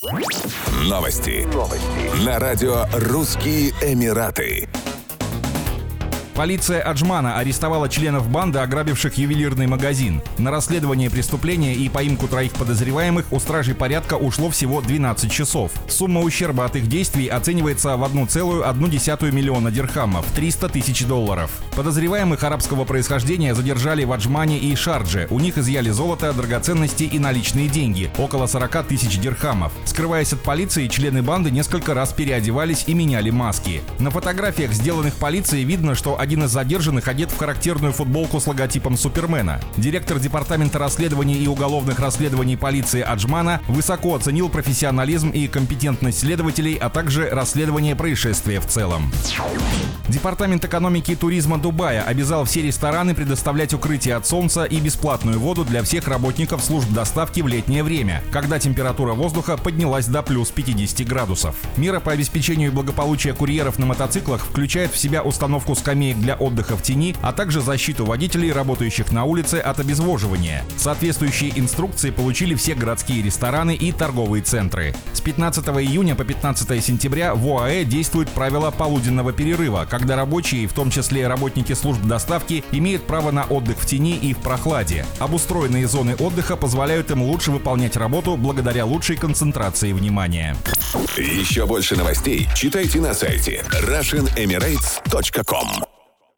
Новости. На радио «Русские Эмираты». Полиция Аджмана арестовала членов банды, ограбивших ювелирный магазин. На расследование преступления и поимку 3 подозреваемых у стражей порядка ушло всего 12 часов. Сумма ущерба от их действий оценивается в 1,1 миллиона дирхамов, $300 тысяч. Подозреваемых арабского происхождения задержали в Аджмане и Шардже. У них изъяли золото, драгоценности и наличные деньги, около 40 тысяч дирхамов. Скрываясь от полиции, члены банды несколько раз переодевались и меняли маски. На фотографиях, сделанных полицией, видно, что один из задержанных одет в характерную футболку с логотипом Супермена. Директор департамента расследований и уголовных расследований полиции Аджмана высоко оценил профессионализм и компетентность следователей, а также расследование происшествия в целом. Департамент экономики и туризма Дубая обязал все рестораны предоставлять укрытие от солнца и бесплатную воду для всех работников служб доставки в летнее время, когда температура воздуха поднялась до плюс 50 градусов. Мера по обеспечению благополучия курьеров на мотоциклах включает в себя установку скамеек для отдыха в тени, а также защиту водителей, работающих на улице, от обезвоживания. Соответствующие инструкции получили все городские рестораны и торговые центры. С 15 июня по 15 сентября в ОАЭ действует правило полуденного перерыва, когда рабочие, в том числе работники служб доставки, имеют право на отдых в тени и в прохладе. Обустроенные зоны отдыха позволяют им лучше выполнять работу благодаря лучшей концентрации внимания. Еще больше новостей читайте на сайте RussianEmirates.com.